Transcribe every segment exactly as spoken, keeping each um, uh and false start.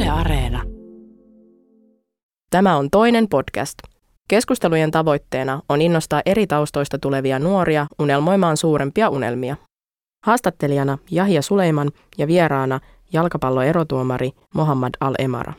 Yle Areena. Tämä on toinen podcast. Keskustelujen tavoitteena on innostaa eri taustoista tulevia nuoria unelmoimaan suurempia unelmia. Haastattelijana Yahia Suleiman ja vieraana jalkapalloerotuomari Mohammad Al-Emara.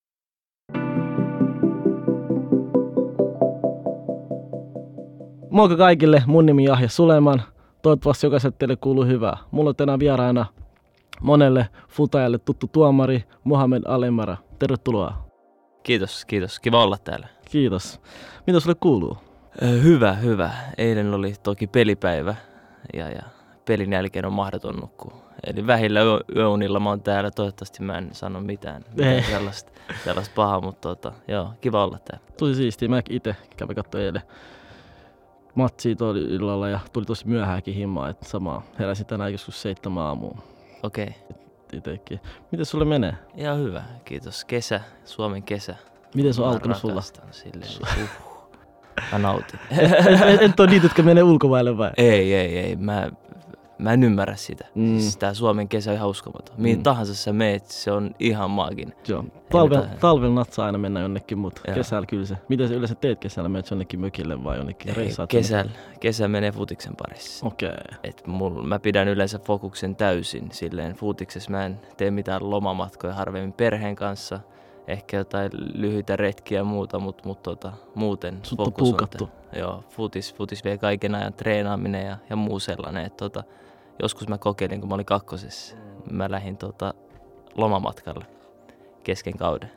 Moikka kaikille, mun nimi Yahia Suleiman. Toivottavasti jokaiselle teille kuuluu hyvää. Mulla on tänään vieraana monelle futajalle tuttu tuomari Mohammad Al-Emara. Tervetuloa. Kiitos, kiitos. Kiva olla täällä. Kiitos. Mitä sulle kuuluu? Hyvä, hyvä. Eilen oli toki pelipäivä ja, ja pelin jälkeen on mahdoton nukkua. Eli vähillä yö, yöunilla mä oon täällä. Toivottavasti mä en sano mitään, mitään sellaista, sellaista pahaa, mutta tota, joo, kiva olla täällä. Tosi siistiä. Mä itse kävin katsoa eilen matsia illalla ja tuli tosi myöhäänkin himmaa. Että samaa heräsin tänään joskus seitsemän aamuun. Okei. Itekin. Miten sulle menee? Ihan hyvä, kiitos. Kesä, Suomen kesä. Miten se on alkanut sulla? Silleen, uh, mä nautin. Et ole niitä, jotka menee ulkomaille vai? Ei, ei, ei. Mä, mä en ymmärrä sitä. Mm. Siis tää Suomen kesä on ihan uskomaton. Mihin mm. tahansa sä meet, se on ihan maaginen. Joo. Talvel, talvel natsaa aina mennä jonnekin, mutta Joo. kesällä kyllä se. Mitä sä yleensä teet kesällä? Menet jonnekin mökille vai jonnekin reissaat? Kesällä. Kesä menee futiksen parissa. Okei. Okay. Et mul, mä pidän yleensä fokuksen täysin. Silleen futiksessa mä en tee mitään lomamatkoja harvemmin perheen kanssa. Ehkä jotain lyhyitä retkiä ja muuta, mutta mut tota, muuten Sut fokus on on. Joo, futis, futis vie kaiken ajan treenaaminen ja, ja muu sellainen. Et, tota, joskus mä kokeilin, kun mä olin kakkosessa. Mä lähdin tota, lomamatkalle kesken kauden.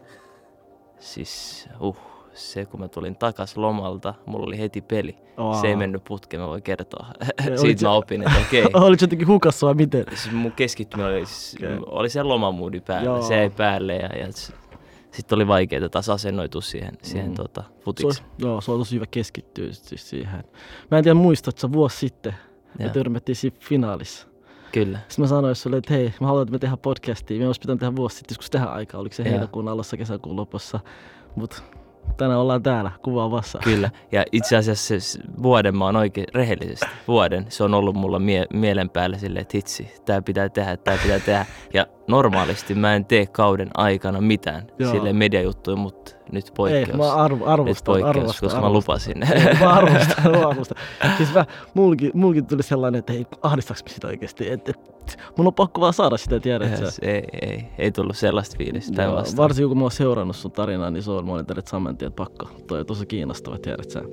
Siis uh, se kun mä tulin takas lomalta, mulla oli heti peli. Oh. Se ei mennyt putkeen, mä voin kertoa. Siitä mä opin, että okei. Okay. Oliko jotenkin hukassa vai miten? Siis mun keskittyminen oli, okay. oli se lomamoodi päällä, Joo. se ei päälle ja, ja sitten oli vaikeaa taas asennoitua siihen, siihen mm. tota, futikseen. Joo, se on tosi hyvä keskittyä siis siihen. Mä en tiedä muistat, että vuosi sitten me törmättiin siinä finaalissa. Kyllä. Sitten mä sanoin sulle, että hei, mä haluan, että me tehdään podcastia. Me olisi pitänyt tehdä vuosi sitten, joskus tähän aikaan. Oliko se ja. heinäkuun alussa, kesäkuun lopussa. Mutta tänään ollaan täällä kuvaavassa. Kyllä. Ja itse asiassa se vuoden mä oon oikein rehellisesti. Vuoden. Se on ollut mulla mie- mielen päällä silleen, että hitsi, tää pitää tehdä, tää pitää tehdä. Ja normaalisti mä en tee kauden aikana mitään silleen mediajuttuja, mutta nyt poikkeus. Ei, mä arv- arvostan, nyt poikkeus, arvostan, koska arvostan. mä lupasin. Ei, mä arvostan, mä arvostan. Siis mä, mulkin, mulkin tuli sellainen, että hei, ahdistaks me sitä oikeesti. Et, et, mun on pakko vaan saada sitä, tiedät yes, ei, ei, ei tullut sellaista fiilistä. Joo, varsinkin kun mä oon seurannut sun tarinaa, niin se on monen teille saman tien pakko. Toi on tosi kiinnostava, tiedät sä.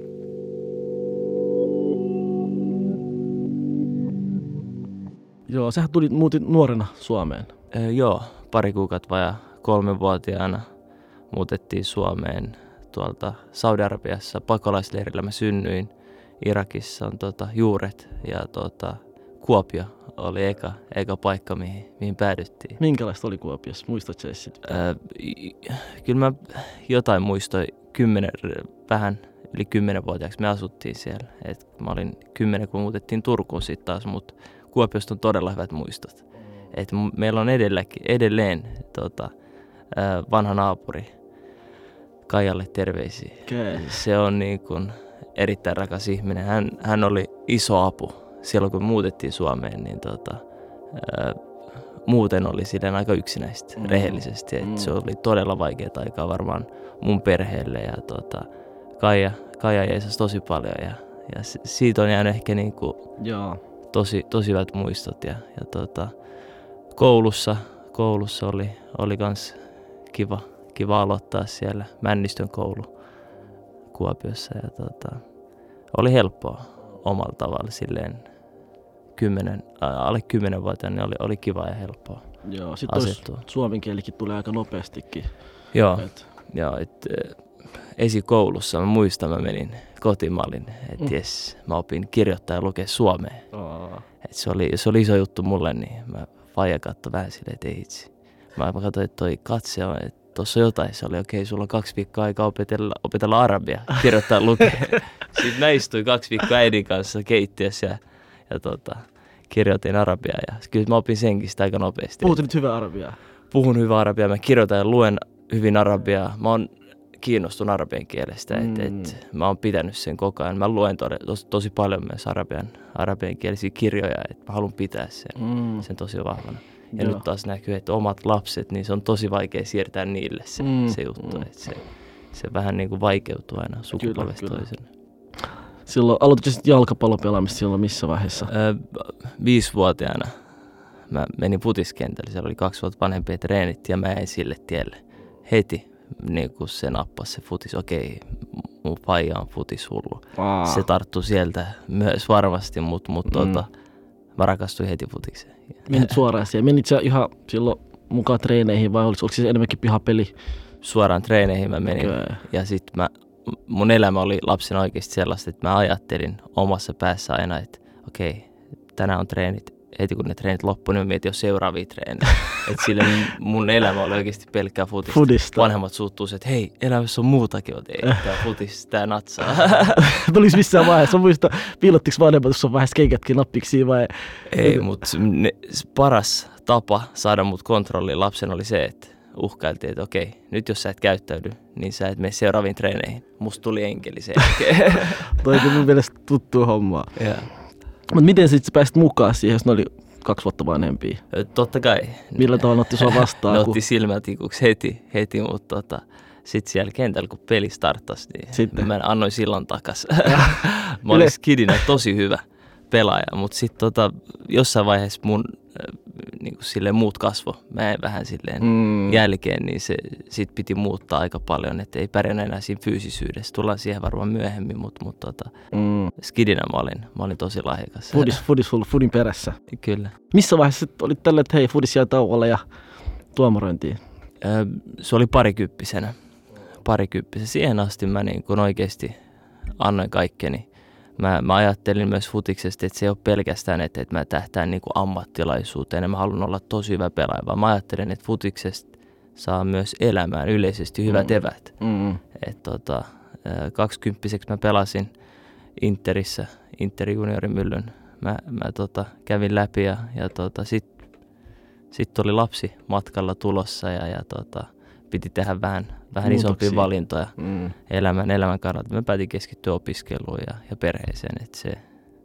Joo, sähän tulit muutit nuorena Suomeen. Öö, joo, pari kuukautta vajaa kolmevuotiaana muutettiin Suomeen tuolta Saudi-Arabiassa. Pakolaisleirillä mä synnyin. Irakissa on tota, juuret ja tota, Kuopio oli eka, eka paikka, mihin, mihin päädyttiin. Minkälaista oli Kuopiossa? Muistatko sä sitten? Öö, kyllä mä jotain muistoin. Kymmenen, vähän yli kymmenenvuotiaaksi me asuttiin siellä. Et mä olin kymmenen, kun muutettiin Turkuun sitten taas, mutta Kuopiosta on todella hyvät muistot. Et meillä on edelleen tota, vanha naapuri, Kaijalle terveisiä. Okay. Se on niin kuin erittäin rakas ihminen. Hän, hän oli iso apu silloin, kun muutettiin Suomeen. Niin tota, ää, muuten oli silleen aika yksinäistä, mm. rehellisesti. Et mm. Se oli todella vaikeaa aikaa varmaan mun perheelle. Ja tota, Kaija, Kaija jeesasi tosi paljon ja, ja siitä on jäänyt ehkä niin kuin tosi, tosi hyvät muistot. Ja, ja tota, koulussa, koulussa oli, oli kans kiva. Kiva aloittaa siellä Männistön koulu Kuopiossa ja tota, oli helppoa omalla tavalla silleen kymmenen, alle kymmenenvuotiaana, niin oli, oli kiva ja helppoa. Joo, sitten suomen kielikin tulee aika nopeastikin. Joo, et. Joo et, esikoulussa mä muistan, mä menin kotimallin, että mm. jes, mä opin kirjoittaa ja lukea suomea. Oh. Et se, oli, se oli iso juttu mulle, niin mä faija katsoi vähän silleen, että ei itse. Mä katsoin, että toi katse on, että tuossa jotain, se oli okei, okay, sulla on kaksi viikkoa aikaa opetella, opetella arabia, kirjoittaa lukea. Sitten mä istuin kaksi viikkoa äidin kanssa keittiössä ja, ja tota, kirjoitin arabiaa ja kyllä mä opin senkin sitä aika nopeasti. Puhut nyt hyvää arabiaa? Puhun hyvää arabiaa, mä kirjoitan ja luen hyvin arabiaa. Mä oon kiinnostun arabian kielestä, mm. että et, mä oon pitänyt sen koko ajan. Mä luen to, tosi, tosi paljon myös arabian, arabian kielisiä kirjoja, että mä haluan pitää sen, mm. sen tosi vahvana. Ja Joo. nyt taas näkyy, että omat lapset, niin se on tosi vaikea siirtää niille se, Mm, se juttu. mm. Että se, se vähän niin kuin vaikeutuu aina sukupolvesta kyllä. toiselle. Silloin aloitit sitten jalkapallopelaamista silloin missä vaiheessa? Öö, viisivuotiaana mä menin futiskentälle. Siellä oli kaksi vuotta vanhempia treenit ja mä jäin sille tielle heti. Niin kun se nappasi se futis, okei, mun faija on futishullu. Aa. Se tarttui sieltä myös varmasti, mutta mut, Mm. tota, mä rakastuin heti futikseen. Menit suoraan siihen. Menit sä ihan silloin mukaan treeneihin vai oliko se enemmänkin pihapeli? Suoraan treeneihin mä menin. Okay. Ja sit mä, mun elämä oli lapsena oikeasti sellaista, että mä ajattelin omassa päässä aina, että okei, tänään on treenit. Heti kun ne treenit loppuivat, niin mä mietin jo seuraavia treenejä. Että sille mun elämä oli oikeasti pelkkää futista. Fudista. Vanhemmat suuttuu se, että hei, elämässä on muutakin, että ei, tää futis, tää natsaa. Tuliko missään vaiheessa? Mä muistan, piilottiinko vanhemmat, jos on vaiheessa keikatkin nappiksi vai? Ei, mutta paras tapa saada mut kontrolliin lapsen oli se, että uhkailtiin, että okei, nyt jos sä et käyttäydy, niin sä et mene seuraaviin treeneihin. Musta tuli enkeli sen jälkeen. Toi on mun mielestä tuttua hommaa. Ja. Mutta miten sitten pääsit mukaan siihen, jos ne oli kaksi vuotta vanhempia? Totta kai. Millä tavalla ne otti sua vastaan? Ne kun... otti silmätikuksi heti, heti mutta tota, sitten siellä kentällä, kun peli starttasi, niin Sitten. mä annoin sillan takas. Mä olin skidinä tosi hyvä pelaaja, mutta sitten tota, jossain vaiheessa mun äh, niinku silleen muut kasvo. Mä jäin vähän silleen Mm. jälkeen, niin se sit piti muuttaa aika paljon, että ei pärjännyt enää siinä fyysisyydessä. Tullaan siihen varmaan myöhemmin, mutta mut, tota, Mm. skidinä mä olin, mä olin tosi lahjakas. Fudis, fudis, hullu, fudin perässä. Kyllä. Missä vaiheessa sit olit tällä, että hei, fudis jää tauolle ja tuomarointiin? Ö, se oli parikymppisenä. Parikymppisenä. Siihen asti mä niin kun oikeasti annoin kaikkeni. Mä, mä ajattelin myös futiksesta, että se ei ole pelkästään, että, että mä tähtään niin kuin ammattilaisuuteen ja mä haluan olla tosi hyvä pelaaja, vaan mä ajattelin, että futiksesta saa myös elämään yleisesti hyvät Mm. evät. Mm. Et tota, kaksikymppiseksi mä pelasin Interissä, Inter juniorimyllyn. Mä, mä tota, kävin läpi ja, ja tota, sitten sit oli lapsi matkalla tulossa ja, ja tota, piti tehdä vähän, vähän isompia Muutoksia. valintoja Mm. elämän, elämän kannalta. Mä päätin keskittyä opiskeluun ja, ja perheeseen, että se,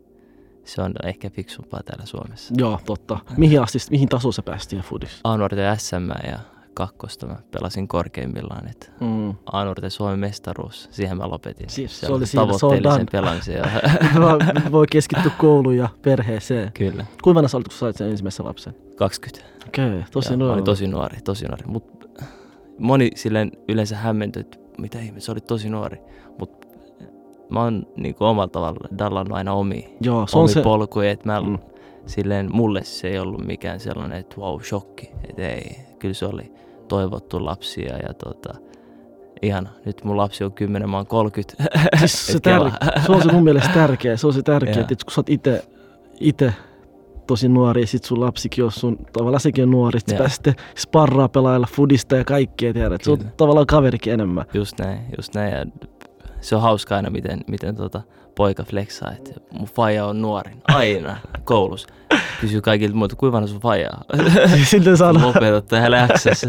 se on ehkä fiksumpaa täällä Suomessa. Joo, totta. Mihin asti, mihin tasoon sä päästiin fudissa? A-nuorten S M ja kakkosta mä pelasin korkeimmillaan, että Mm. A-nuorten Suomen mestaruus, siihen mä lopetin. Siis se Siellä oli siinä, se on tavoitteellisen done. pelaamisen. Ja Voi keskittyä kouluun ja perheeseen. kyllä, Kuinka vanha sä olit, kun sait sen ensimmäisen lapsen? kaksikymmentä. Okei, okay, tosi Joo, mä nuori. olin tosi nuori, tosi nuori. Mut moni silleen yleensä hämmentyi, että mitä ihme, se oli tosi nuori. Mutta mä oon niinku omalla tavalla dallannut aina omia, Joo, se on omia se. polkuja. Että mä, Mm. silleen, mulle se ei ollut mikään sellainen, että wow, shokki. Että ei, kyllä se oli toivottu lapsia ja tota, ihana. Nyt mun lapsi on kymmenen, mä oon kolmekymmentä. Siis se, Et kelaa. tär- se on se mun mielestä tärkeä. Se on se tärkeä, Joo. että kun sä oot ite, ite tosi nuori ja sit sun lapsikin on sun, tavallaan sekin on nuori. Sit sä Joo. pääsit sparraa pelailla fudista ja kaikkea tiedät. Se on Kyllä. tavallaan kaverikin enemmän. Just näin, just näin. Ja se on hauska aina, miten, miten tota poika flexaa, että mun faija on nuorin. Aina koulussa. Kysyy kaikilta muilta, kuinka vanha sun faija on? Sitten saadaan. Lopetat täällä X:ssä.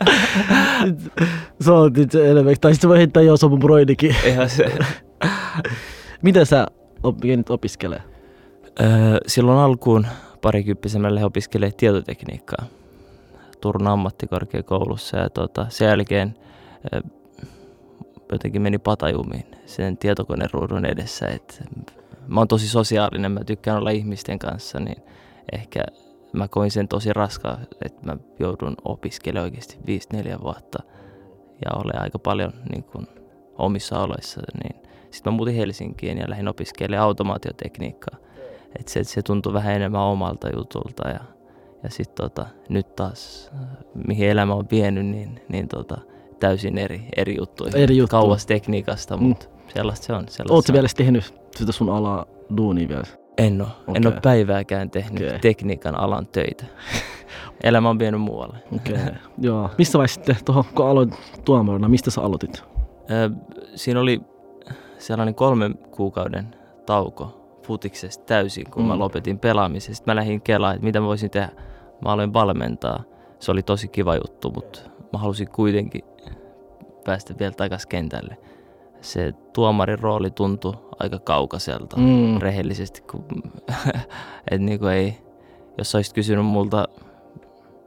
Se on nyt se enemmän. Tai sit se voi heittää joo, se on mun broidikin. Eihän se. Miten sä op- menit opiskelee? Öö, silloin alkuun parikymppisenä mä lähdin opiskelemaan tietotekniikkaa Turun ammattikorkeakoulussa ja tota, sen jälkeen öö, jotenkin meni patajumiin sen tietokoneruudun edessä. Et mä oon tosi sosiaalinen, mä tykkään olla ihmisten kanssa, niin ehkä mä koin sen tosi raskaan, että mä joudun opiskelemaan oikeasti viisi neljä vuotta ja olen aika paljon niin kun, omissa oloissa. Niin. Sitten mä muutin Helsinkiin ja lähdin opiskelemaan automaatiotekniikkaa. Et se, se tuntui vähän enemmän omalta jutulta ja, ja sitten tota, nyt taas, mihin elämä on vienyt, niin, niin tota, täysin eri, eri juttuja. Eri juttu. Kauas tekniikasta, Mm. mutta sellaista se on. Sellaista Oot sä se on. vielä tehnyt sitä sun alaa duunia vielä? En ole. En Okei. ole päivääkään tehnyt Okei. tekniikan alan töitä. Elämä on vienyt muualle. Okei. Okay. Joo. Missä vaiheessa sitten tuohon, kun aloit tuomarina, mistä sä aloitit? Ö, siinä oli sellainen kolmen kuukauden tauko futiksesta täysin, kun mm. Mm. mä lopetin pelaamisen. Sitten mä lähdin kelaan, että mitä mä voisin tehdä. Mä aloin valmentaa. Se oli tosi kiva juttu, mutta mä halusin kuitenkin päästä vielä takaisin kentälle. Se tuomarin rooli tuntui aika kaukaiselta, Mm. rehellisesti. Kun, et niinku ei, jos sä olisit kysynyt multa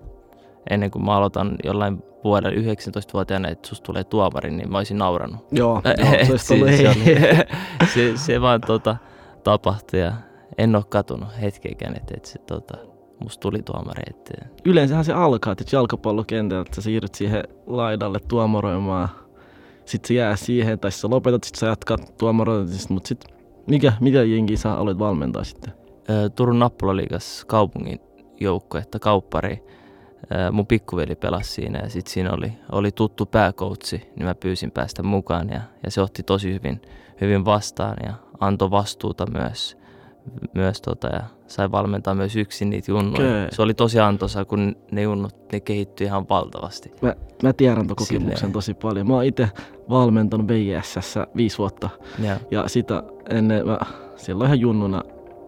ennen kuin mä aloitan jollain vuodella yhdeksäntoistavuotiaana, että susta tulee tuomari, niin mä olisin nauranut. Joo, joo se, se, se, se, se vaan tota, tapahtui ja en ole katunut hetkeäkään, että, että se tota, musta tuli tuomari. Että... Yleensähän se alkaa, että jalkapallokentältä sä siirryt siihen laidalle tuomaroimaan. Sitten se jää siihen, tai sä lopetat, sitten sä jatkat tuomarointista, mutta sitten mikä, mikä jengi sä aloit valmentaa sitten? Turun Nappulaliigas kaupungin joukkuetta, kauppari. Mun pikkuveli pelasi siinä ja sitten siinä oli, oli tuttu pääkoutsi, niin mä pyysin päästä mukaan ja, ja se otti tosi hyvin, hyvin vastaan ja antoi vastuuta myös, myös tota, ja sai valmentaa myös yksin niitä junnuja. Okay. Se oli tosi antoisa, kun ne junnut ne kehittyi ihan valtavasti. Mä, mä tiedän tuon kokemuksen Silleen. tosi paljon. Mä oon itse valmentanut V J S:ssä viisi vuotta ja, ja sitä ennen mä silloin ihan junnuna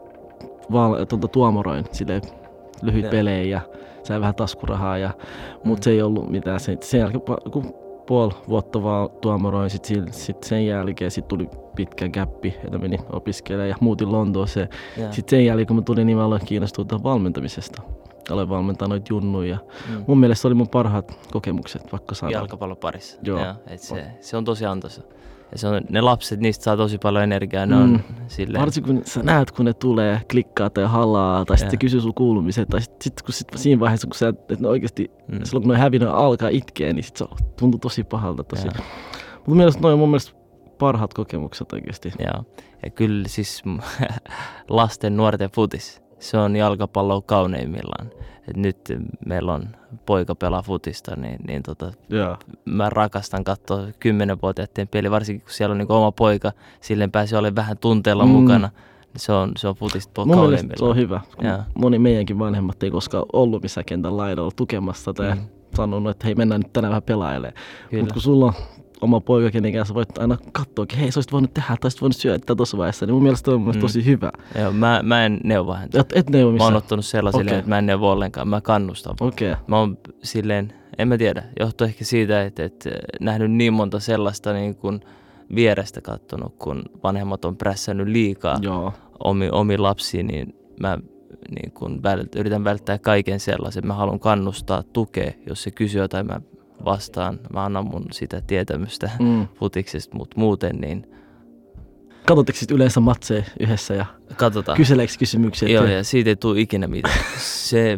val, tuota, tuomaroin silleen lyhyt pelejä ja sai vähän taskurahaa, ja, mutta mm. se ei ollut mitään. Sen, sen jälkeen, kun puoli vuotta vaan tuomaroin, sitten sit sen jälkeen sit tuli pitkä gäppi, että menin opiskelemaan ja muutin Lontooseen. Sitten sen jälkeen, kun mä tulin, niin mä aloin kiinnostua valmentamisesta. Aloin valmentaa noita junnuja. Mm. Mun mielestä se oli mun parhaat kokemukset, vaikka saadaan. Jalkapalloparissa. Joo. Ja, et se, se on tosi antoisa. Ja se on, ne lapset, niistä saa tosi paljon energiaa. Ne mm. on silleen... Varsinkin kun sä näet, kun ne tulee, klikkaa tai halaa, tai sitten kysyy sun kuulumiset, tai sitten sit, kun sit, siinä vaiheessa, kun sä, että ne oikeasti, mm. silloin kun ne on hävinnyt alkaa itkeä, niin sit se tuntuu tosi pahalta. Tosi. Mutta mielestäni noi on mun mielestä parhaat kokemukset oikeasti. Joo, ja kyllä siis lasten, nuorten futis, se on jalkapalloa kauneimmillaan. Et nyt meillä on poika pelaa futista, niin, niin tota, mä rakastan katsoa kymmenvuotiaiden peli, varsinkin kun siellä on niin oma poika, silleen pääsee olemaan vähän tunteella mm. mukana. Se on, se on futista kauneimmillaan. Mun mielestä se on hyvä. Moni meidänkin vanhemmat ei koskaan ollut missään kentän laidalla tukemassa tai mm. sanonut, että hei, mennään nyt tänään vähän pelailemaan. Mutta kun sulla on oma poika, kenen kanssa voit aina katsoa, että hei, sä olisit voinut tehdä tai olisit voinut syöttää tuossa vaiheessa, niin mun mielestä on mm. tosi hyvä. Joo, mä, mä en neuvo häntä. Et, et neuvo missään? Mä oon ottanut sellaisille, okay. että mä en neuvo ollenkaan, mä kannustan. Okay. Mä oon silleen, en mä tiedä, johtuu ehkä siitä, että, että nähnyt niin monta sellaista niin kuin vierestä kattonut, kun vanhemmat on prässännyt liikaa omi, omi lapsiin, niin mä niin kun vält, yritän välttää kaiken sellaisen. Mä haluan kannustaa, tukea, jos se kysyy jotain, mä vastaan. Mä annan mun sitä tietämystä mm. futiksesta, mutta muuten niin... Katsotteko sitten yleensä matseja yhdessä ja Katsotaan. Kyseleekö kysymyksiä? Joo, ja siitä ei tule ikinä mitään. Se,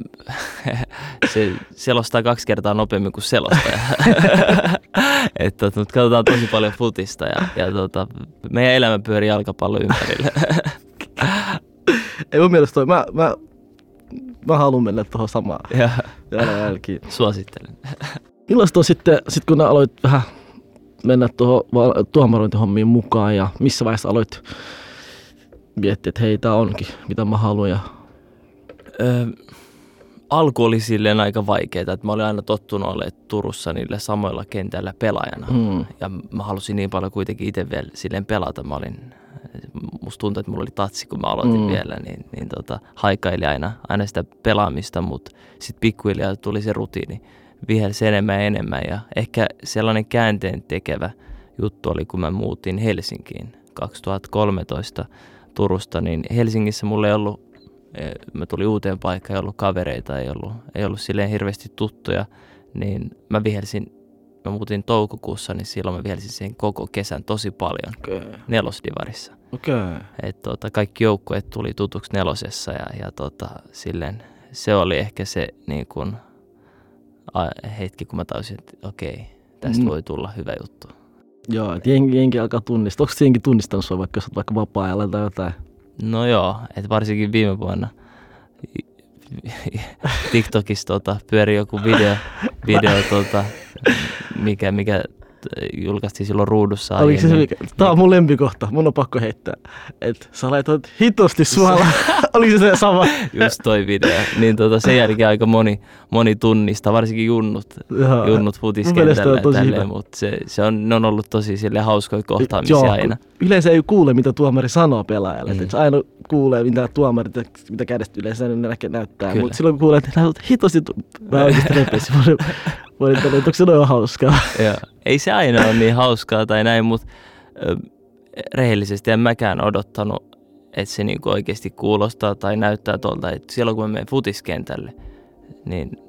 se selostaa kaksi kertaa nopeammin kuin selostaja. Että, mutta katsotaan tosi paljon futista ja, ja tota, meidän elämä pyörii jalkapallon ympärillä. Ei mun mielestä toi, mä, mä, mä haluan mennä tuohon samaan jalanjälkiin. Suosittelen. Millaista on sitten, sit kun aloit vähän mennä tuohon tuomarointihommiin mukaan ja missä vaiheessa aloit miettiä, että hei, tää onkin, mitä mä haluan? Ja... Öö, alku oli silleen aika vaikeaa, että mä olin aina tottunut olemaan Turussa niillä samoilla kentällä pelaajana. Mm. Ja mä halusin niin paljon kuitenkin itse vielä silleen pelata. Mä olin, musta tuntui, että mulla oli tatsi, kun mä aloitin mm. vielä, niin, niin tota, haikaili aina, aina sitä pelaamista, mutta sitten pikkuhiljaa tuli se rutiini. Vihelsi enemmän ja enemmän ja ehkä sellainen käänteen tekevä juttu oli, kun mä muutin Helsinkiin kaksituhattakolmetoista Turusta, niin Helsingissä mulla ei ollut, mä tulin uuteen paikkaan, ei ollut kavereita, ei ollut, ei ollut silleen hirveästi tuttuja, niin mä vihelsin, mä muutin toukokuussa, niin silloin mä vihelsin sen koko kesän tosi paljon okay. nelosdivarissa. Okay. Et, tota, kaikki joukkueet tuli tutuksi nelosessa ja, ja tota, silleen, se oli ehkä se niin kun, hetki, kun mä taisin, että okei, tästä mm. voi tulla hyvä juttu. Joo, että jengi, jengi alkaa tunnistaa. Onko jengi tunnistanut sua, vaikka jos olet vaikka vapaa-ajalla tai jotain? No joo, että varsinkin viime vuonna TikTokissa tota, pyöri joku video, video tota, mikä, mikä julkaistiin silloin ruudussa. Oliko se mikä? Tää on mun lempikohta, mun on pakko heittää. Että sä laitoit hitosti suola. Oliko se sama? Just toi video. Niin tota, sen jälkeen aika moni, moni tunnista, varsinkin junnut, junnut futiskentällä. Mutta se, se on, ne on ollut tosi sille hauskoja kohtaamisia joo, aina. Yleensä ei kuule, mitä tuomari sanoo pelaajalle. Mm. Aina kuulee, mitä tuomarit, mitä kädestä yleensä näyttää. Mutta silloin kun kuulee, että hitosti, mä oikeasti repesin. Voin sanoa, että onko se noin hauskaa? Joo. Ei se aina ole niin hauskaa tai näin, mutta ö, rehellisesti en mäkään odottanut, että se niinku oikeasti kuulostaa tai näyttää tuolta. Että silloin kun mä menen futiskentälle, niin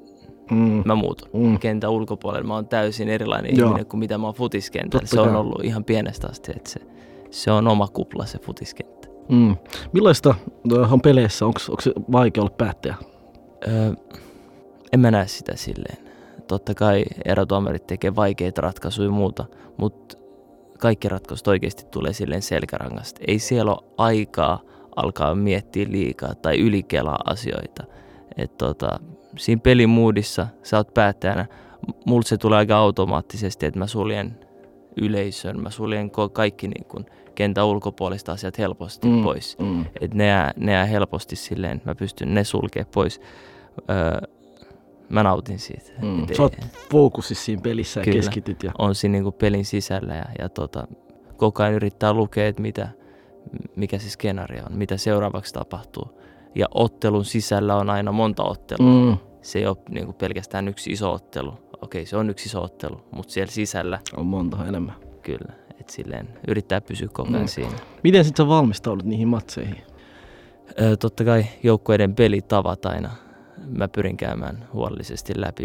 mm. mä muutun. Mm. Kentän ulkopuolella mä oon täysin erilainen Joo. ihminen kuin mitä mä oon futiskentällä. Se on ollut ihan pienestä asti, että se, se on oma kupla se futiskenttä. Mm. Millaista on peleissä? Onko se vaikea olla päättäjä? Öö, en mä näe sitä silleen. Totta kai erotuomarit tekee vaikeita ratkaisuja ja muuta, mutta kaikki ratkaisut oikeasti tulee silleen selkärangasta. Ei siellä ole aikaa alkaa miettiä liikaa tai ylikelaa asioita. Et tota, siinä pelimuudissa sä oot päättäjänä. Mulla se tulee aika automaattisesti, että mä suljen yleisön, mä suljen kaikki niin kun kentän ulkopuolista asiat helposti mm, pois. Mm. Et ne, jää, ne jää helposti silleen, mä pystyn ne sulkea pois. Öö, mä nautin siitä. Mm. Sä oot fokusissa siinä pelissä ja Kyllä, keskityt. Ja... on siinä niin kuin pelin sisällä ja, ja tota, koko ajan yrittää lukea, että mitä, mikä se skenaario on, mitä seuraavaksi tapahtuu. Ja ottelun sisällä on aina monta ottelua. Mm. Se ei ole niin kuin pelkästään yksi iso ottelu. Okei, se on yksi iso ottelu, mutta siellä sisällä... on monta enemmän. Kyllä, että silleen yrittää pysyä koko ajan mm. siinä. Miten sitten sä valmistaudut niihin matseihin? Öö, totta kai joukkueiden pelitavat aina. Mä pyrin käymään huolellisesti läpi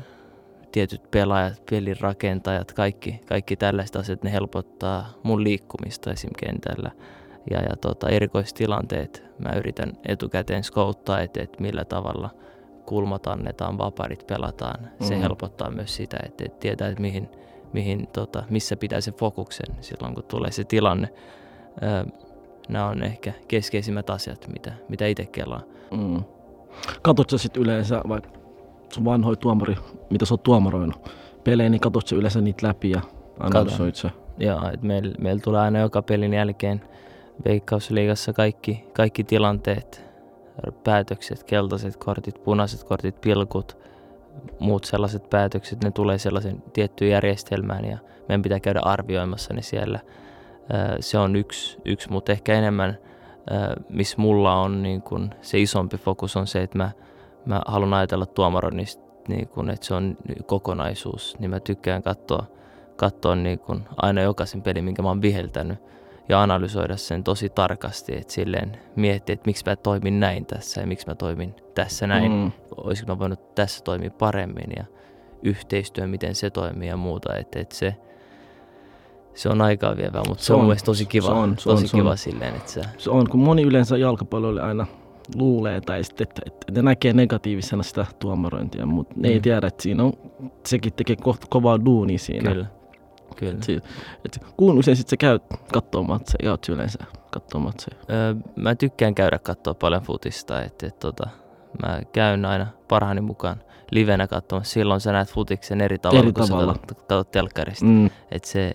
tietyt pelaajat, pelin rakentajat, kaikki, kaikki tällaiset asiat, ne helpottaa mun liikkumista esim. Kentällä. Ja, ja tota, erikoistilanteet mä yritän etukäteen skouttaa, että et millä tavalla kulmat annetaan, vaparit pelataan. Se mm. helpottaa myös sitä, että et tietää, että mihin, mihin, tota, missä pitää se fokuksen silloin, kun tulee se tilanne. Öö, nämä on ehkä keskeisimmät asiat, mitä, mitä itse kelaan. Mm. Katsotko sitten yleensä, vaikka sun vanhoi tuomari, mitä sä oot tuomaroinut pelejä, niin katsotko yleensä niitä läpi ja analysoit sä? Joo, että meillä meil tulee aina joka pelin jälkeen Veikkausliigassa kaikki, kaikki tilanteet, päätökset, keltaiset kortit, punaiset kortit, pilkut, muut sellaiset päätökset, ne tulee sellaisen tiettyyn järjestelmään ja meidän pitää käydä arvioimassa ne siellä. Se on yksi, yksi mutta ehkä enemmän, missä mulla on niin kun se isompi fokus on se, että mä, mä haluan ajatella tuomaroinnista, niin kun, että se on kokonaisuus, niin mä tykkään katsoa, katsoa niin kun aina jokaisen pelin, minkä mä oon viheltänyt ja analysoida sen tosi tarkasti, että silleen miettiä, että miksi mä toimin näin tässä ja miksi mä toimin tässä näin. Mm. Olisiko mä voinut tässä toimia paremmin ja yhteistyö, miten se toimii ja muuta. Että, että se, se on aikaa vievää, mutta se, se on, on mun mielestä tosi kiva, se on, se tosi on, kiva se silleen. Että se... se on, kun moni yleensä jalkapalloille aina luulee tai sitten, että, että ne näkee negatiivisena sitä tuomarointia, mutta ne mm. ei tiedä, että siinä on, sekin tekee ko- kovaa duunia siinä. Kyllä. Kyllä. Et, et, kuun usein sitten sä käyt kattoo matseja, käyt yleensä kattoo matseja? Öö, mä tykkään käydä kattoo paljon futista, että et, tota, mä käyn aina parhaani mukaan livenä katsomassa. Silloin sä näet futiksen eri tavalla, eri kun tavalla. Sä katsot telkkarista. Mm. Et se,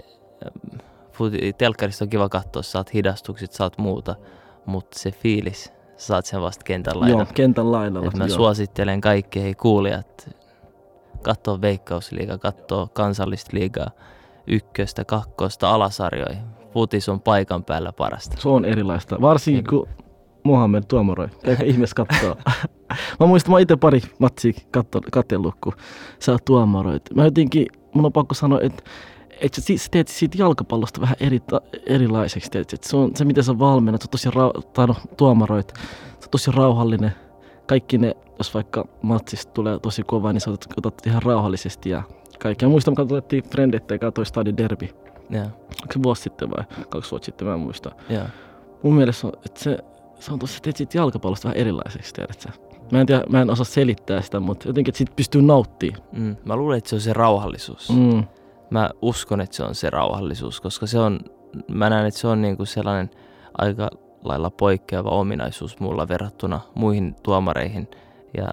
futi, telkkarista on kiva katsoa, saat hidastukset, saat muuta, mutta se fiilis, saat sen vasta kentän laidalla. Joo, kentän laidalla. Mä joo. suosittelen kaikki kuulijat, katsoo Veikkausliigaa, katsoo kansallista liigaa, ykköstä, kakkosta, alasarjoja. Futis on paikan päällä parasta. Se on erilaista. Varsinkin kun Mohamed tuomaroi. Eikä ihmeessä kattoo. Mä muistan, mä itse pari matsia katsellut, kun sä tuomaroit. Mä jotenkin, mun on pakko sanoa, että että sä teet siitä jalkapallosta vähän eri, erilaiseksi. Teet. Se on se, miten sä valmennat. Sä tosi ra- tai no, tuomaroit. Sä tosi rauhallinen. Kaikki ne, jos vaikka matsista tulee tosi kova, niin sä otat, otat ihan rauhallisesti ja kaikkea. Muistan, kun katsottiin Frendettä ja katsoin Stadin Derby. Yeah. Onko se vuosi sitten vai kaksi vuotta sitten, mä en muista. Yeah. Mun mielestä on, että se, se on tosi, teet siitä jalkapallosta vähän erilaiseksi, tiedätkö? Mä en tiedä, mä en osaa selittää sitä, mutta jotenkin, että siitä pystyy nauttimaan. Mm, mä luulen, että se on se rauhallisuus. Mm. Mä uskon, että se on se rauhallisuus, koska se on, mä näen, että se on niinku sellainen aika lailla poikkeava ominaisuus mulla verrattuna muihin tuomareihin. Ja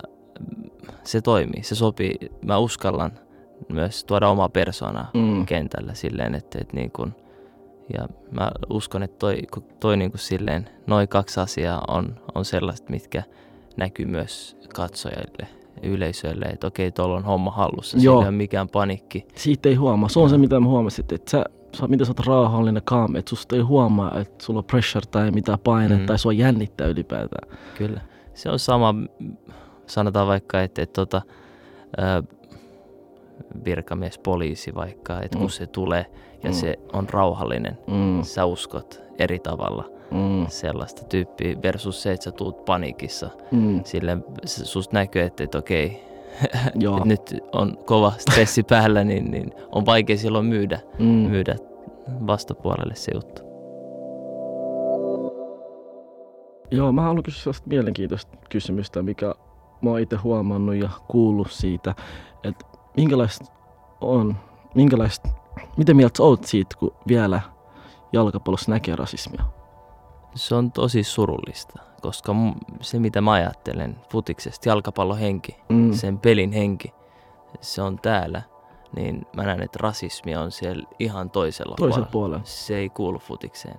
se toimii, se sopii. Mä uskallan myös tuoda omaa persoonaa mm. kentällä silleen, että, että niin kun, ja mä uskon, että toi, toi niin kuin silleen, noi kaksi asiaa on, on sellaiset, mitkä näkyy myös katsojille, yleisöille, että okei, tuolla on homma hallussa, siinä ei ole mikään panikki. Siitä ei huomaa, se on no. se, mitä mä huomasin, että sä, sä, mitä sä oot rauhallinen kaame, että susta ei huomaa, että sulla on pressure tai mitään painetta mm. tai sua jännittää ylipäätään. Kyllä, se on sama, sanotaan vaikka, että, että, että äh, virkamies, poliisi vaikka, että mm. kun se tulee ja mm. se on rauhallinen, mm. sä uskot eri tavalla mm. sellaista tyyppiä versus se, että sä tuut paniikissa. Mm. Silleen susta näkyy, että, että okei, että nyt on kova stressi päällä, niin, niin on vaikea silloin myydä, mm. myydä vastapuolelle se juttu. Joo, mä haluan kysyä sellaista mielenkiintoista kysymystä, mikä mä oon itse huomannut ja kuullut siitä, että minkälaista on, minkälaista, miten mieltä sä oot siitä, kun vielä jalkapallossa näkee rasismia? Se on tosi surullista, koska se mitä mä ajattelen futiksesta, jalkapallon henki, mm. sen pelin henki, se on täällä, niin mä näen, että rasismi on siellä ihan toisella, toisella puolella. puolella. Se ei kuulu futikseen.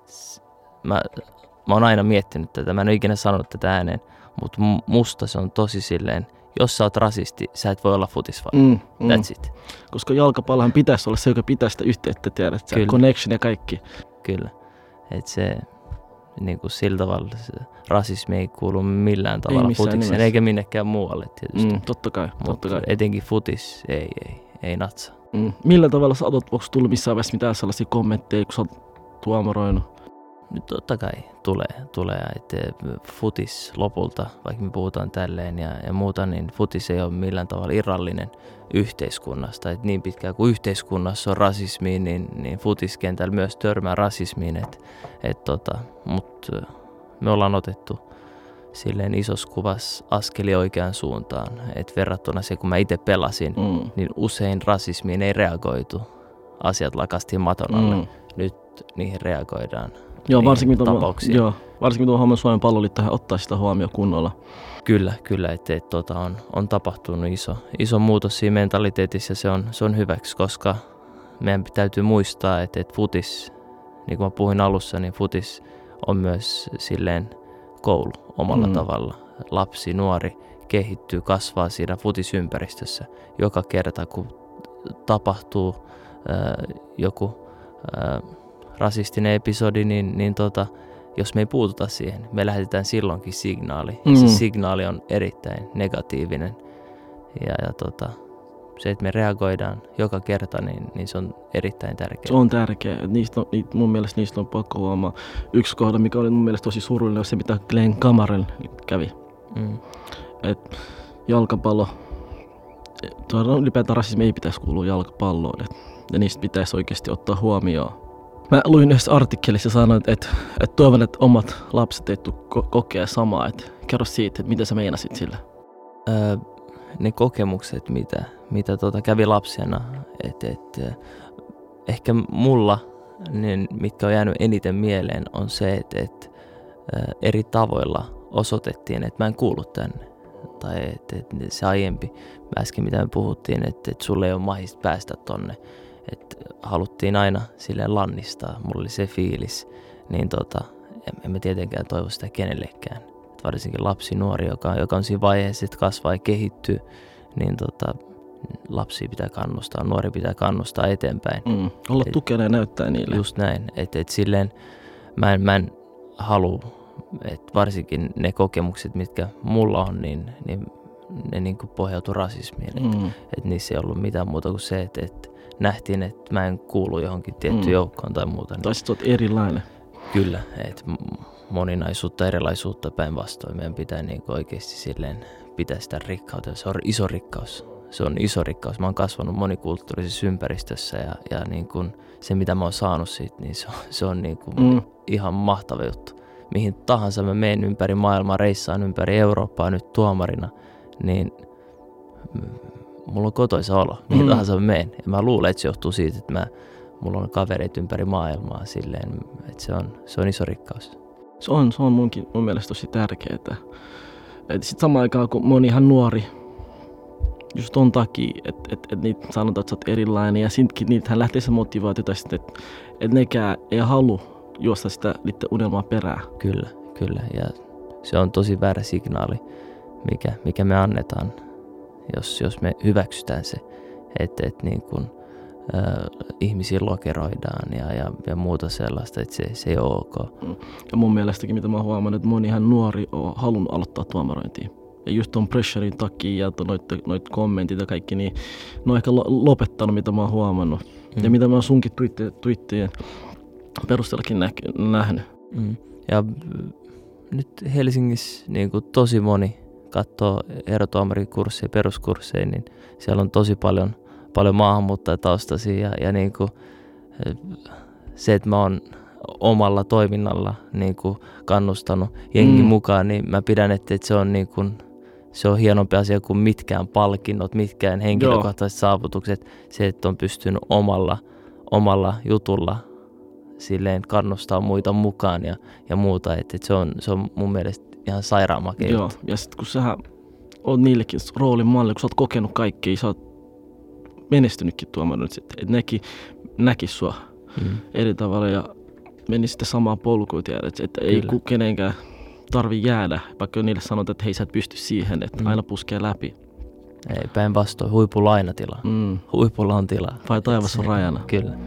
Mä, mä oon aina miettinyt tätä, mä en ole ikinä sanonut tätä ääneen, mutta musta se on tosi silleen, jos sä oot rasisti, sä et voi olla futisfani. Mm, mm. That's it. Koska jalkapallohan pitäisi olla se, joka pitää sitä yhteyttä, tiedät sä, connection ja kaikki. Kyllä, että se niin kuin sillä tavalla se rasismi ei kuulu millään tavalla futikseen, nimessä. Eikä minnekään muualle tietysti. Mm, totta kai, totta kai. Etenkin futis ei, ei, ei natsa. Mm. Millä tavalla sä oot, onko tullut missään vaiheessa mitään sellaisia kommentteja, kun sä oot tuomaroinut? Nyt totta kai tulee, tulee että futis lopulta, vaikka me puhutaan tälleen ja, ja muuta, niin futis ei ole millään tavalla irrallinen yhteiskunnasta. Et niin pitkään kuin yhteiskunnassa on rasismiin, niin, niin futiskentällä myös törmää rasismiin. Et, et tota, Mutta me ollaan otettu silleen isossa kuvassa askeli oikeaan suuntaan. Et verrattuna se, kun mä itse pelasin, mm. niin usein rasismiin ei reagoitu. Asiat lakastiin maton alle. Mm. Nyt niihin reagoidaan. Joo, varsinkin tuo varsinkin tuo homma Suomen Palloliitto ottaa sitä huomioon kunnolla. Kyllä, kyllä, että et, tota, on, on tapahtunut iso, iso muutos siinä mentaliteetissa ja se on, se on hyväksi, koska meidän täytyy muistaa, että et futis, niin kuin mä puhuin alussa, niin futis on myös silleen koulu omalla mm. tavalla. Lapsi, nuori kehittyy, kasvaa siinä futisympäristössä. Joka kerta, kun tapahtuu äh, joku äh, rasistinen episodi, niin, niin tota, jos me ei puututa siihen, me lähetetään silloinkin signaali. Mm. Se signaali on erittäin negatiivinen. Ja, ja tota, se, että me reagoidaan joka kerta, niin, niin se on erittäin tärkeää. Se on tärkeää. Niistä on, mun mielestä niistä on pakko huomaa. Yksi kohta, mikä oli mun mielestä tosi surullinen, on se, mitä Glenn Kamarell kävi. Mm. Et jalkapallo, ylipäätään rasismi ei pitäisi kuulua jalkapalloon. Et, ja niistä pitäisi oikeasti ottaa huomioon. Mä luin yhdessä artikkelissa ja sanoin, että, että toivon, että omat lapset ei tule kokea samaa. Että kerro siitä, että mitä sä meinasit sillä? Öö, ne kokemukset, mitä, mitä tuota kävi lapsena, että et, ehkä mulla, niin, mitkä on jäänyt eniten mieleen, on se, että et, eri tavoilla osoitettiin, että mä en kuulu tänne. Tai että et se aiempi, äsken mitä me puhuttiin, että et sulle ei ole mahdollista päästä tonne. Että haluttiin aina silleen lannistaa, mulla oli se fiilis, niin tota, en mä tietenkään toivo sitä kenellekään. Et varsinkin lapsi, nuori, joka, joka on siinä vaiheessa, että kasvaa ja kehittyy, niin tota, lapsia pitää kannustaa, nuori pitää kannustaa eteenpäin. Mm, olla et, tukena ja näyttää niille. Just näin, että et silleen mä en, mä en halua, että varsinkin ne kokemukset, mitkä mulla on, niin, niin ne niin kuin pohjautuu rasismiin. Mm. Että et niissä ei ollut mitään muuta kuin se, että et nähtiin, että mä en kuulu johonkin tiettyyn mm. joukkoon tai muuta. Tai sitten olet erilainen. Kyllä, että moninaisuutta, erilaisuutta päinvastoin. Meidän pitää niin oikeasti silleen pitää sitä rikkautta. Se on iso rikkaus. Se on iso rikkaus. Mä oon kasvanut monikulttuurisessa ympäristössä ja, ja niin kuin se, mitä mä oon saanut siitä, niin se on, se on niin kuin mm. ihan mahtava juttu. Mihin tahansa mä menen ympäri maailmaa, reissaan ympäri Eurooppaa nyt tuomarina, niin mulla on kotoisa olo, mihin mm. tahansa mä menen. Ja mä luulen, että se johtuu siitä, että mä, mulla on kavereita ympäri maailmaa silleen, että se on, se on iso rikkaus. Se on, se on munkin, mun mielestä tosi tärkeää. Sitten samaan aikaan, kun moni ihan nuori, just ton takia, että et, et niitä sanotaan, että sä oot erilainen, ja sittenkin niitähän lähtee se motivaatiota, että et nekään ei halua juosta sitä niiden unelmaa perään. Kyllä, kyllä. Ja se on tosi väärä signaali, mikä, mikä me annetaan. Jos, jos me hyväksytään se, että, että niin kuin, äh, ihmisiä lokeroidaan ja, ja, ja muuta sellaista, että se, se ei ole ok. Ja mun mielestäkin, mitä mä oon huomannut, että moni ihan nuori on halunnut aloittaa tuomarointia. Ja just ton pressurein takia ja noit, noit kommentit ja kaikki, niin ne on ehkä lopettanut, mitä mä oon huomannut. Mm. Ja mitä mä oon sunkin twiittien perusteellakin nä- nähnyt. Mm. Ja nyt Helsingissä niin kuin tosi moni katsoo erotuomarikursseja, peruskursseja, niin siellä on tosi paljon, paljon maahanmuuttajataustaisia ja, ja niin kuin, se, että mä oon omalla toiminnalla niin kuin kannustanut jengin mm. mukaan, niin mä pidän, että, että se on niin kuin, se on hienompi asia kuin mitkään palkinnot, mitkään henkilökohtaiset Joo. saavutukset. Se, että on pystynyt omalla, omalla jutulla silleen kannustaa muita mukaan ja, ja muuta. Että, että se, on, se on mun mielestä ihan sairaan makea. Joo, ja sitten kun sähän oot niillekin roolin malli, kun sä oot kokenut kaikkea, sä oot menestynytkin tuomarina, että nekin näkis sua mm. eri tavalla ja meni sitten samaan polkuun, tiedät, että ei kenenkään tarvi jäädä, vaikka niille sanotaan, että hei sä et pysty siihen, että mm. aina puskee läpi. Ei, päinvastoin, huipulla aina tilaa. Mm. Huipulla on tilaa. Vai taivas on rajana. Kyllä.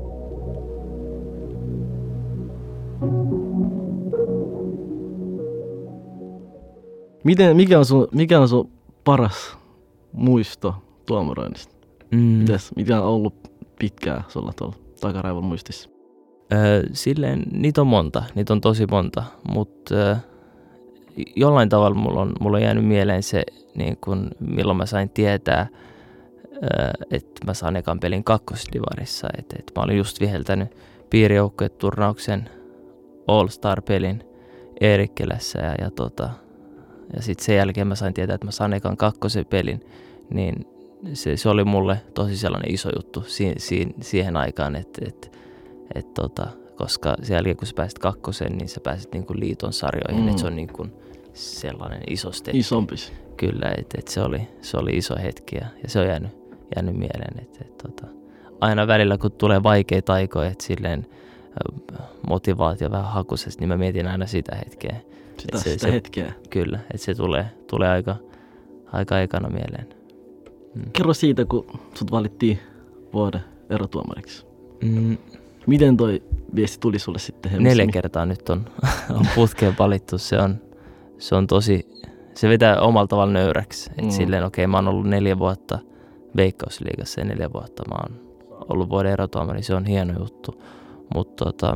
Miten, mikä, on sun, mikä on sun paras muisto tuomaroinnista? Mm. Mites, mikä on ollut pitkään sulla tuolla takaraivon muistissa? Öö, silleen, niitä on monta, niitä on tosi monta, mutta öö, jollain tavalla mulla on, mulla on jäänyt mieleen se, niin kun, milloin mä sain tietää, öö, että mä saan ekan pelin kakkosdivarissa. Että et mä olin just viheltänyt piirijoukkueturnauksen All-Star-pelin Eerikkelässä ja, ja, tota, ja sitten sen jälkeen mä sain tietää, että mä saan ekan kakkosen pelin, niin se, se oli mulle tosi sellainen iso juttu si, si, siihen aikaan, että et, et tota, koska sen jälkeen kun sä pääsit kakkoseen, niin sä pääsit niinku liiton sarjoihin, mm. että se on niinku sellainen iso steppi. Isompis. Kyllä, että et se, oli, se oli iso hetki ja, ja se on jäänyt, jäänyt mieleen. Et, et, tota, aina välillä kun tulee vaikeita aikoja, että silleen motivaatio vähän hakusesta, niin mä mietin aina sitä hetkeä. Sitä, se, sitä se, hetkeä. Kyllä, että se tulee, tulee aika, aika ekana mieleen. Mm. Kerro siitä, kun sut valittiin vuoden erotuomariksi. Mm. Miten toi viesti tuli sulle sitten? Neljä Helsinki? kertaa nyt on, on putkeen valittu. Se on, se on tosi, se vetää omalla tavalla nöyräksi. Mm. Että silleen, okei, okay, mä oon ollut neljä vuotta Veikkausliigassa ja neljä vuotta mä oon ollut vuoden erotuomari. Se on hieno juttu. Mutta tota,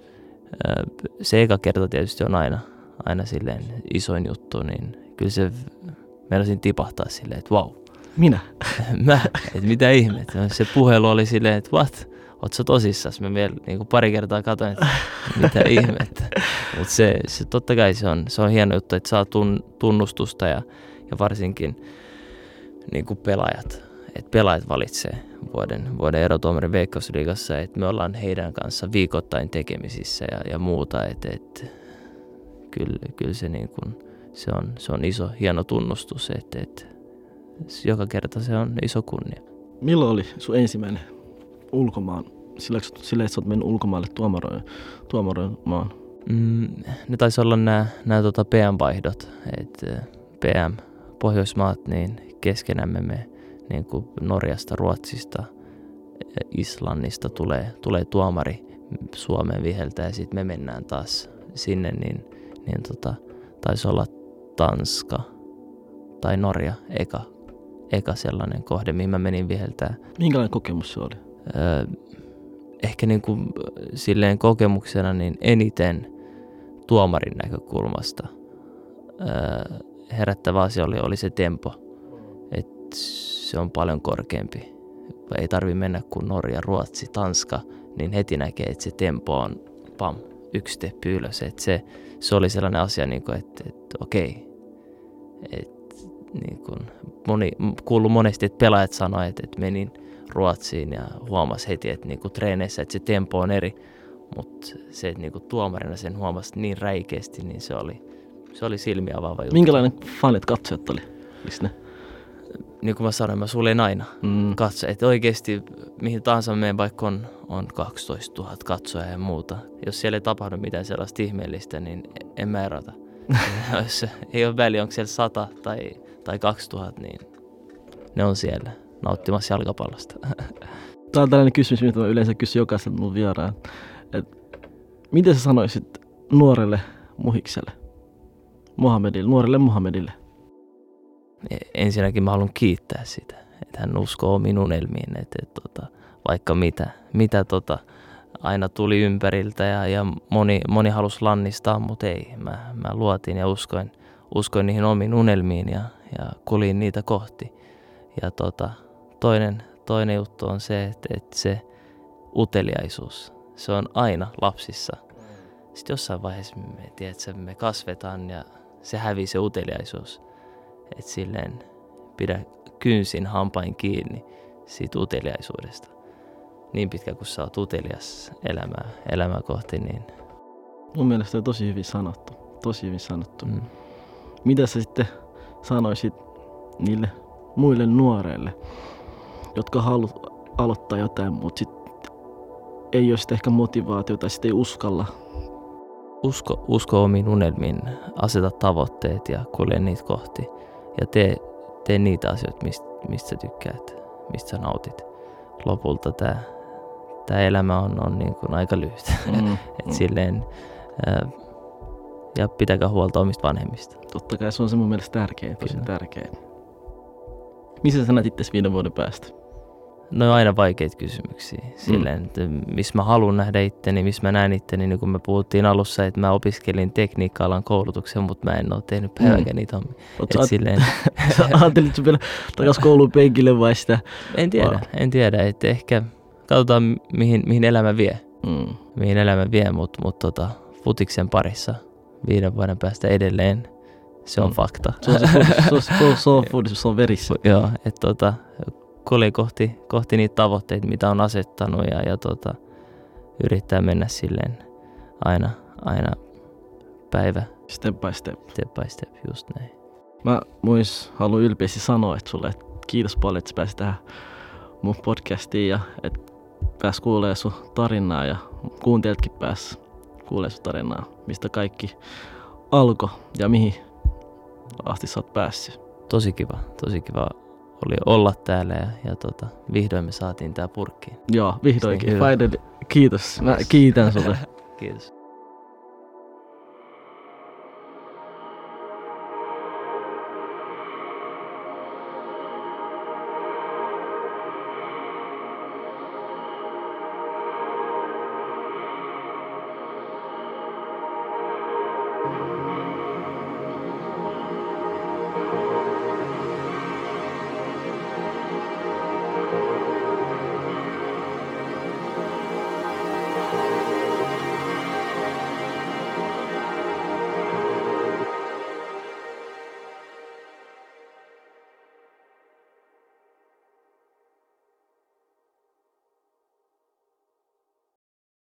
se eka kerta tietysti on aina, aina silleen isoin juttu, niin kyllä se meinasin tipahtaa silleen, että vau. Minä? Mä, että mitä ihmettä. Se puhelu oli silleen, että what? Oot sä tosissas? Mä vielä niin kuin pari kertaa katsoin, että mitä ihmettä. Mutta se, se, totta kai se on, se on hieno juttu, että saa tun, tunnustusta ja, ja varsinkin niin kuin pelaajat. Että pelaajat valitsee vuoden, vuoden erotuomarin Veikkausliigassa, että me ollaan heidän kanssa viikoittain tekemisissä ja, ja muuta. Että et, kyllä, kyllä se, niin kuin, se, on, se on iso, hieno tunnustus, että et, joka kerta se on iso kunnia. Milloin oli sun ensimmäinen ulkomaan, sillä, sillä että sä oot mennyt ulkomaille tuomaroin, tuomaroimaan? Mm, ne taisi olla nämä, nämä tota P M-vaihdot, että P M, Pohjoismaat, niin keskenämme me niin kuin Norjasta, Ruotsista, Islannista tulee, tulee tuomari Suomeen viheltä ja sitten me mennään taas sinne, niin, niin tota, taisi olla Tanska tai Norja eka, eka sellainen kohde, mihin mä menin viheltää. Minkälainen kokemus se oli? Öö, ehkä niin kuin silleen kokemuksena niin eniten tuomarin näkökulmasta öö, herättävä asia oli, oli se tempo. Et se on paljon korkeampi. Ei tarvi mennä kuin Norja, Ruotsi, Tanska, niin heti näkee, että se tempo on pam, yksi steppi ylös. Et se, se oli sellainen asia, niin kuin, että, että okei. Et, niin kuin moni, kuullut monesti, että pelaajat sanoivat, että, että menin Ruotsiin ja huomasi heti, että niin kuin treeneissä, että se tempo on eri. Mutta se, että niin kuin tuomarina sen huomasi niin räikeästi, niin se oli, se oli silmiä avaava juttu. Minkälainen fanit katsojat oli? Ne? Niin kuin mä sanoin, mä suljen aina mm. katsoja. Että oikeasti mihin tahansa menen, vaikka on, on kaksitoistatuhatta katsojaa ja muuta. Jos siellä ei tapahdu mitään sellaista ihmeellistä, niin en mä erota. Jos ei ole väliä, onko siellä sata tai, tai kaksituhatta, niin ne on siellä nauttimassa jalkapallosta. Tämä on tällainen kysymys, mitä mä yleensä kysyn jokaiselta mun vieraan. Miten sä sanoisit nuorelle Muhikselle, Mohamedille, nuorelle Mohamedille? Ensinnäkin mä haluan kiittää sitä, että hän uskoo minun elmiin, että, että, että vaikka mitä, mitä tota, aina tuli ympäriltä ja, ja moni, moni halusi lannistaa, mutta ei. Mä, mä luotin ja uskoin, uskoin niihin omiin unelmiin ja, ja kuljin niitä kohti. Ja tota, toinen, toinen juttu on se, että, että se uteliaisuus, se on aina lapsissa. Sitten jossain vaiheessa me, tiedätkö, me kasvetaan ja se hävii se uteliaisuus. Että silleen pidä kynsin hampain kiinni siitä uteliaisuudesta. Niin pitkä kuin sä oot utelias elämää, elämää kohti, niin... Mun mielestä on tosi hyvin sanottu. Tosi hyvin sanottu. Mm. Mitä sä sitten sanoisit niille muille nuoreille, jotka haluat aloittaa jotain, mutta sit ei ole sitten ehkä motivaatiota tai sitten ei uskalla? Usko, usko omiin unelmiin, aseta tavoitteet ja kulje niitä kohti. Ja tee, tee niitä asioita, mistä, mistä sä tykkäät, mistä sä nautit. Lopulta tää, tää elämä on, on niin kuin aika lyhyt. Mm, Et mm. silleen, ää, ja pitäkää huolta omista vanhemmista. Totta kai se on se mun mielestä tärkein, tosi tärkein. Missä sä näet itse viiden vuoden päästä? No on aina vaikeita kysymyksiä. Silleen, että missä mä haluan nähdä itteni, missä mä näen itteni. Niin kuin me puhuttiin alussa, että mä opiskelin tekniikka-alan koulutuksen, mutta mä en ole tehnyt päiväkään niitä hommia. Sä silleen... ajattelit sä vielä takaisin koulun penkille vai sitä? En tiedä, wow. en tiedä. Että ehkä katsotaan mihin, mihin elämä vie. Mm. Mihin elämä vie, mutta mut tota, futiksen parissa viiden vuoden päästä edelleen. Se on mm. fakta. Se on, se, se, se, se, on, se on verissä. Joo, että tota... kulje kohti, kohti niitä tavoitteita, mitä on asettanut ja, ja tota, yrittää mennä silleen aina, aina päivä. Step by step. Step by step, just näin. Mä muis haluan ylpeästi sanoa että sulle, että kiitos paljon, että sä pääsit tähän mun podcastiin ja että pääs kuulee sun tarinaa ja kuuntelijatkin pääs kuulee sun tarinaa, mistä kaikki alkoi ja mihin asti sä oot päässyt. Tosi kiva, tosi kiva. Oli olla täällä ja, ja tota, vihdoin me saatiin tää purkkiin. Joo, vihdoinkin. Kiitos. Mä kiitän sulle. Kiitos.